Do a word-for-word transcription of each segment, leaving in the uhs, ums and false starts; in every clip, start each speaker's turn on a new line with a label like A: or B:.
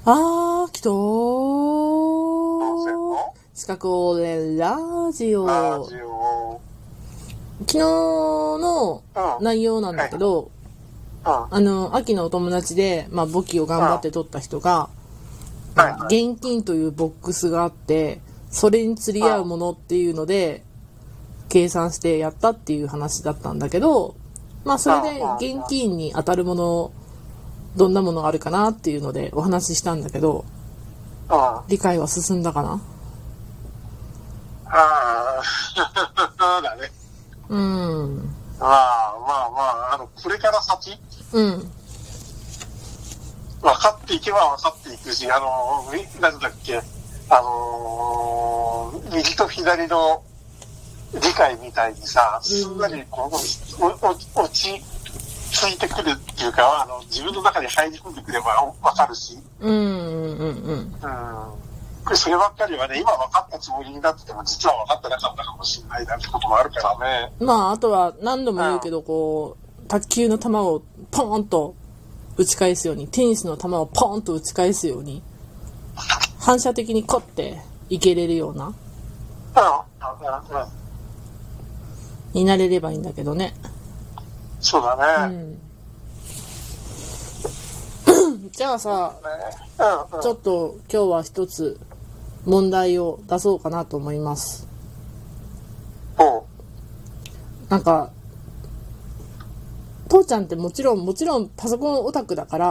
A: あー、来た
B: 当選
A: ー。
B: の
A: 四角オレラジオ。
B: ラジオ。
A: 昨日の
B: うん。
A: 内容なんだけど、
B: うん。
A: あの、秋のお友達で、まあ、簿記を頑張って取った人が、
B: うんはいはい
A: 現金というボックスがあって、それに釣り合うものっていうので、計算してやったっていう話だったんだけど、まあ、それで現金に当たるもの、どんなものがあるかなっていうのでお話ししたんだけど、
B: うん。あ
A: 理解は進んだかな？
B: あ。だね。
A: うん。
B: まあまあまあ、あの、これから先、
A: うん。
B: 分かっていけば分かっていくし、あの、なんだっけ、あのー、右と左の理解みたいにさ、すんなりこう、おお落ち着いてくるっていうか、あの、自分の中に入り込んでくれば分かるし、
A: うんうんうんうん。
B: うん。これそればっかりはね、今分かったつもりになってても、実は分かってなかったかもしれないなんてこともあるからね。
A: まあ、あとは何度も言うけど、こう、卓球の球をポーンと打ち返すように、テニスの球をポーンと打ち返すように、反射的にコッていけれるような、
B: うん。うん。うん。
A: になれればいいんだけどね。
B: そうだね。
A: うん。じゃあさ、
B: うん。うん。
A: ちょっと今日は一つ問題を出そうかなと思います。
B: おう。
A: なんか、父ちゃんってもちろん、もちろんパソコンオタクだから、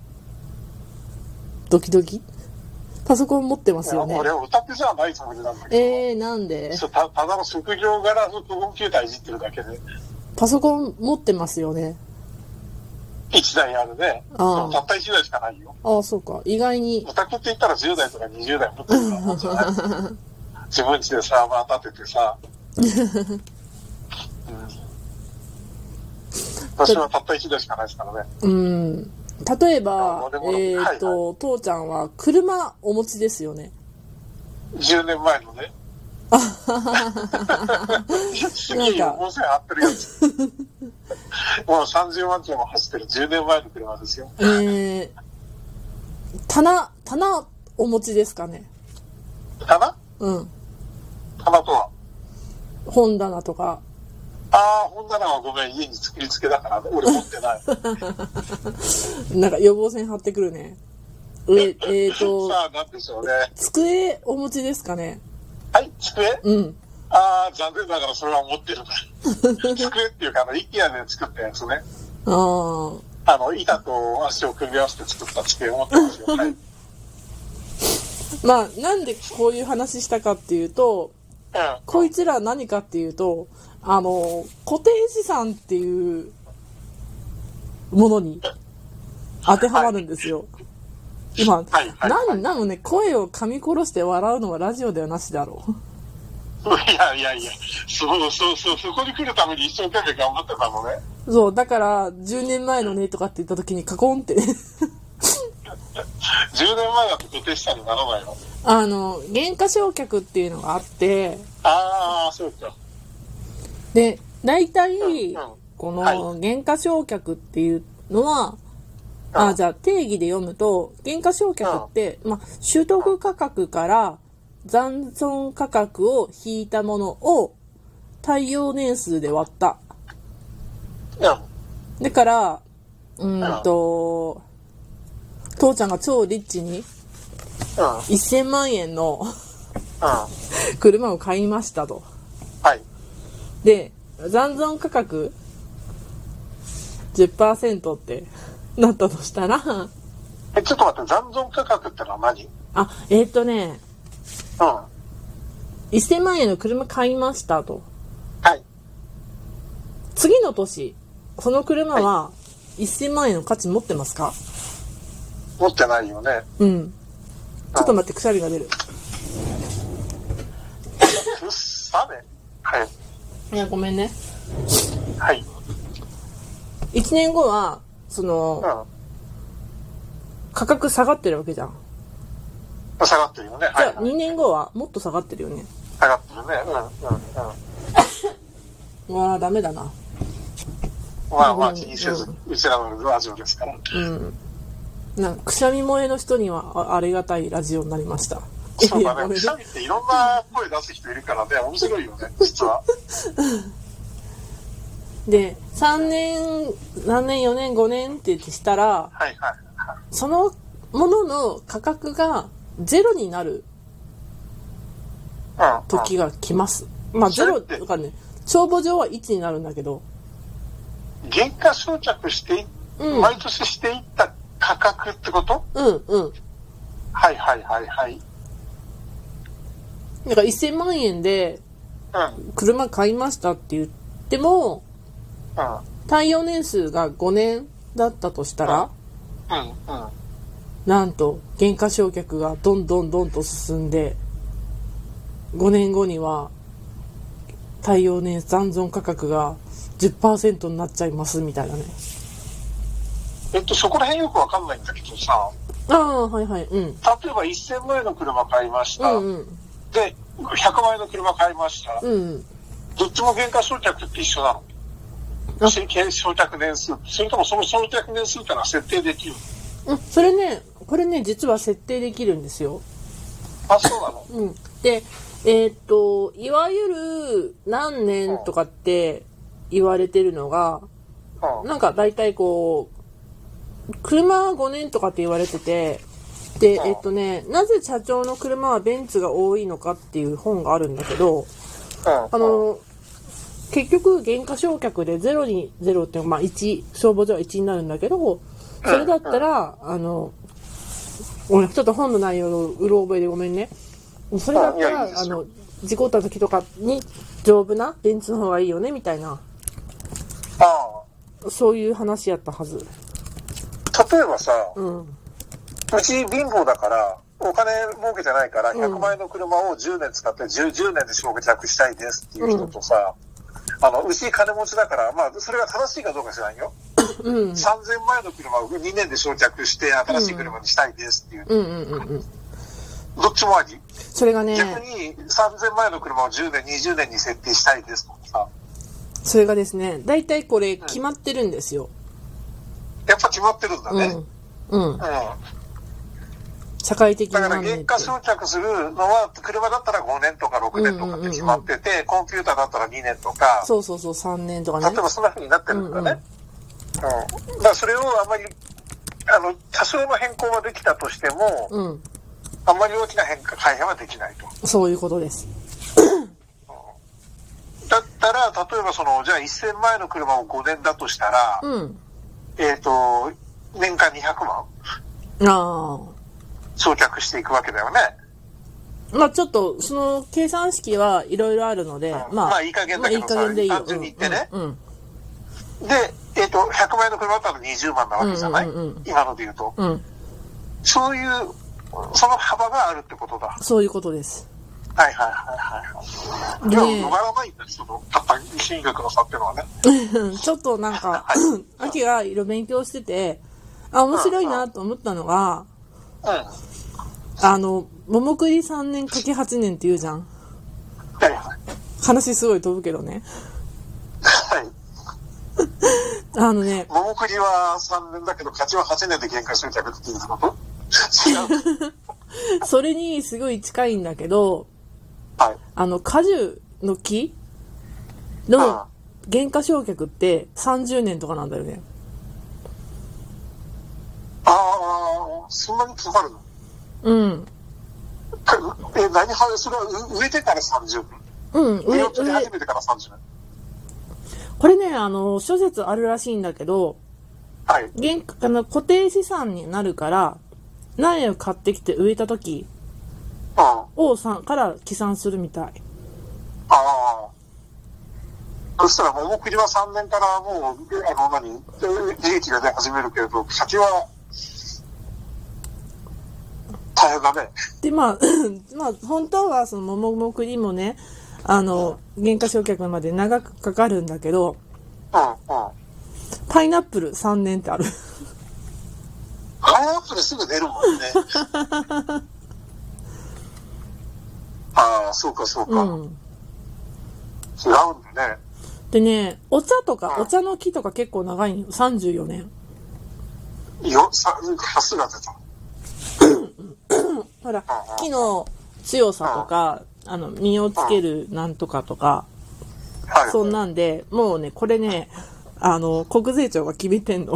A: ドキドキパソコン持ってますよね。
B: 俺、オタクじゃないつもりなんだけど。
A: えー、なんで
B: そうたただの職業柄のコンピューターいじってるだけで。
A: パソコン持ってますよね。
B: 一台あるね。で
A: ああ
B: もたった一台しかないよ。
A: ああ、そうか。意外に
B: オ。タクって言ったらじゅう代とかにじゅう代持ってるからもんじゃない自分家でサーバー立ててさ。うん、私はたった一台しかないですからね。
A: うん。例えば、
B: あ
A: えっと、
B: はい
A: 父ちゃんは車お持ちですよね。
B: じゅうねんまえのね。すげえよ、もう線合ってるやつ。もうさんじゅうまんキロも走ってるじゅうねんまえの車ですよ。
A: えー、棚、棚お持ちですかね。
B: 棚
A: うん。
B: 棚とは
A: 本棚とか。
B: ああ、本棚はごめん、家に作り付けだから、俺持ってない。
A: なんか予防線張ってくるね。え、えーと、
B: さあ、なんでしょうね。
A: 机お持ちですかね。
B: はい、机
A: うん。
B: ああ、残念ながらそれは持ってるから。机っていうか、あの、イケアで作ったやつね。
A: ああ。
B: あの、板と足を組み合わせて作った机を持ってますよ。はい。
A: まあ、なんでこういう話したかっていうと、
B: うん。
A: こいつら何かっていうと、あの、固定資産っていうものに当てはまるんですよ。今、
B: はいはいはい
A: なん、なのね、声を噛み殺して笑うのはラジオではなしだろ
B: いやいやいや、そうそうそう、そこに来るために一生懸命頑張ってたのね。
A: う。そう、だから、じゅうねんまえのねとかって言った時にカコンってね。
B: じゅうねんまえだと固定資産にならないの。
A: あの、減価償却っていうのがあって、
B: ああ、そうか。
A: で、大体
B: うんうん、
A: こ
B: はい
A: の減価償却っていうのは、
B: うん
A: あ、じゃあ定義で読むと、減価償却って、まあ、取得価格から残存価格を引いたものを耐用年数で割った。
B: うん。
A: だから、うーんと、父ちゃんが超リッチに
B: うん。
A: せんまんえんの
B: うん。
A: 車を買いましたと。
B: はい。
A: で、残存価格 じゅっパーセント ってなったとしたら、
B: え、ちょっと待って、残存価格ってのは何？
A: あ、えーっとね、
B: うん。
A: せんまんえんの車買いましたと。
B: はい。
A: 次の年、その車はせんまんえんの価値持ってますか？
B: 持ってないよね。
A: うん。ちょっと待って、くしゃみが出る。
B: くっさね。はい。
A: いや、ごめんね。
B: はい。
A: いちねんごは、その、
B: うん。
A: 価格下がってるわけじゃん。
B: 下がってるよね。
A: じゃあ、
B: はい、はい。
A: にねんごはもっと下がってるよね。
B: 下がってるね。うん、うん、うん。
A: うわー、ダメだな。
B: まあまあ気にせず、うちらのラジオですから。
A: うん。 なんかくしゃみ萌えの人には あ, ありがたいラジオになりました。
B: そうだね、くしゃみっていろんな声出す人いるからね、面白いよね、実は。
A: で、さんねん、何年、よねん、ごねんってしたら、
B: はいはいはい、
A: そのものの価格がゼロになる時が来ます。うんうん、まあゼロとかね、帳簿上はいちになるんだけど。
B: 減価償却してい、うん、毎年していった価格ってこと？
A: うんうん。
B: はいはいはいはい。
A: なんかせんまんえんで車買いましたって言っても、うん、耐用年数がごねんだったとしたら、うんうんうん、なんと減価償却がどんどんどんと進んでごねんごには耐用年残存価格が じゅっパーセント になっちゃいますみたいなね。
B: えっとそこら辺よくわかんないんだけどさ、
A: ああはいはい、うん、
B: 例えばせんまんえんの車買いました、うんうん、でひゃくまんえんの車買いました、うん、どっちも減価償却って一緒なの？償却年数、それともその償却年数ってのは設定できる？
A: うん、それね、これね実は設定できるんですよ。
B: あ、そうなの？
A: うん。で、えー、っといわゆる何年とかって言われてるのが、うん、なんか大体こう車はごねんとかって言われてて、で、えっとね、なぜ社長の車はベンツが多いのかっていう本があるんだけど、あの結局減価償却でゼロにゼロっていうのはまあいち、帳簿上はいちになるんだけど、それだったらあの俺ちょっと本の内容のうろ覚えでごめんね。それだったらあの事故った時とかに丈夫なベンツの方がいいよねみたいな、あそういう話やったはず。
B: 例えばさ、うん、うち貧乏だからお金儲けじゃないからひゃくまんえんの車をじゅうねん使って 10, 10年で償却したいですっていう人とさ、うん、あのうち金持ちだからまあそれが正しいかどうか知らんよ、うん、さんぜんまんえんの車をにねんで償却して新しい車にしたいですっていう、うんうんうんうん、どっちもあり？
A: それがね、
B: 逆にさんぜんまんえんの車をじゅうねんにじゅうねんに設定したいですとかさ、
A: それがですねだいたいこれ決まってるんですよ、
B: うん、やっぱ決まってるんだね、うんうんうん、
A: 社会的に
B: だから減価償却するのは車だったらごねんとかろくねんとかって決まってて、うんうんうん、コンピューターだったらにねんとか、
A: そうそうそうさんねんとかね、
B: 例えばそんな風になってるんだね、うんうんうん、だからそれをあまりあの多少の変更はできたとしても、うん、あんまり大きな変化改変はできないと。
A: そういうことです、
B: うん、だったら例えばそのじゃあせんまんえんの車をごねんだとしたら、うん、えっと年間にひゃくまんあ償却していくわけだよね。
A: まあちょっとその計算式はいろいろあるので、うん、まあ、
B: まあいい加減だけどさ、まあ、いい加減でいいよ、単純に言ってね、うんうんうん、で、えっとひゃくまんえんの車だったらにじゅうまんなわけじゃない、うんうんうん、今ので言うと、うん、そういうその幅があるってことだ。
A: そういうことです。
B: はいはいはいはい。でも埋まらないんだ、そのたった進学の差っていうのはね。
A: ちょっとなんか秋がいろいろ勉強してて、あ面白いなと思ったのが、うんうん、あの桃栗さんねんかけはちねんって言うじゃん。
B: はいはい。
A: 話すごい飛ぶけどね。
B: はい。
A: あのね。
B: 桃栗はさんねんだけど勝ちははちねんで減価償却っていうこと？違う。
A: それにすごい近いんだけど、
B: はい、あ
A: の果樹の木の減価償却ってさんじゅうねんとかなんだよね。
B: ああ、そんなにかかるの？うん。え、何は、それは植えてからさんじゅうねん？うん、植え、植え始めてからさんじゅうねん。
A: これね、あの、諸説あるらしいんだけど、はい。現あの固定資産になるから、苗を買ってきて植えた時をさんから起算するみたい。
B: ああ。そしたら桃栗はさんねんからもう、あの、何、利益が出始めるけれど、先は、大変だね。
A: で、まあ、まあ、本当はその桃栗もね、あの、減価償却まで長くかかるんだけど、うんうん。パイナップルさんねんってある。
B: パイナップルすぐ出るもんね。ああ、そうかそうか。うん、違うんだね。
A: でね、お茶とか、うん、お茶の木とか結構長いよ。さんじゅうよねん。
B: よ、さ、ハスが出た。
A: ほら、木の強さとか、あの、実をつけるなんとかとか、
B: はい、
A: そんなんで、もうね、これね、あの、国税庁が決めてんの。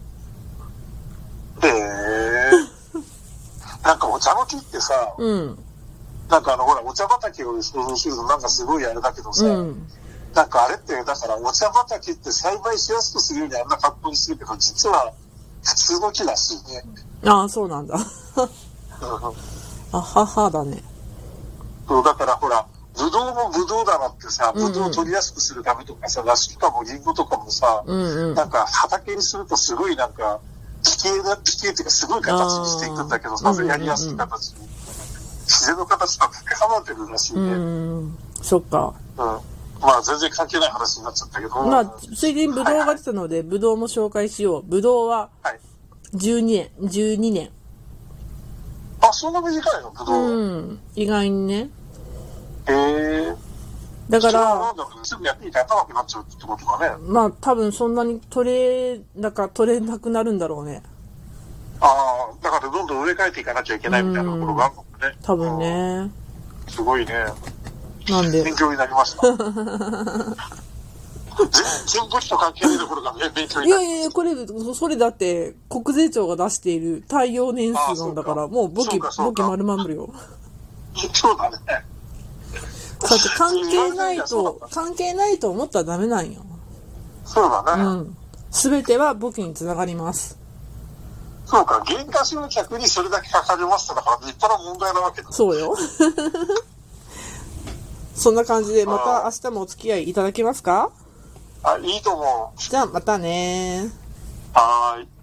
B: へえ。なんかお茶の木ってさ、
A: うん。
B: なんかあの、ほら、お茶畑を想像するとなんかすごいあれだけどさ、
A: うん。
B: なんかあれって、だからお茶畑って栽培しやすくするようにあんな格好にするけど、実は普通の木らしいね。
A: ああ、そうなんだ。あははだね。
B: そう、だからほら、ブドウもブドウ棚ってさ、ブドウを取りやすくするためとかさ、梨とかもリンゴとかもさ、
A: うんうん、
B: なんか畑にするとすごいなんか、奇形な、奇形っていうかすごい形にしていくんだけど、さぞやりやすい形に。自然の形と当てはまってるらしいね。
A: うん、そっか。
B: うん。まあ全然関係ない話になっちゃったけど。
A: まあ、ついでにブドウが出たので、はいはい、ブドウも紹介しよう。ブドウは、じゅうにねん、じゅうにねん。
B: あ、そんな短いのブドウ。
A: うん、意外にね。
B: へえ。
A: だから、
B: なんだろう、すぐやっていたら高くなっちゃうってことかね。
A: まあ、多分そんなに取れ、なんか取れなくなるんだろうね。
B: ああ、だからどんどん植え替えていかなきゃいけないみたいなところがあるのかね。
A: 多分ね。
B: すごいね。
A: なんで。
B: 勉強になりました。全然武器と関係ないところが勉強になる。
A: いやいや、これ、それだって、国税庁が出している耐用年数なんだから、もうボケ、ボケ丸まんるよ。
B: そうだね。
A: だって関係ないと、関係ないと思ったらダメなんよ。
B: そうだね。
A: うん。すべてはボケにつながります。
B: そうか、原価償却にそれだけかかりましただから立派な問題なわけだ。
A: そうよ。そんな感じで、また明日もお付き合いいただけますか？
B: あ、いいと思う。
A: じゃあまたね。
B: はーい。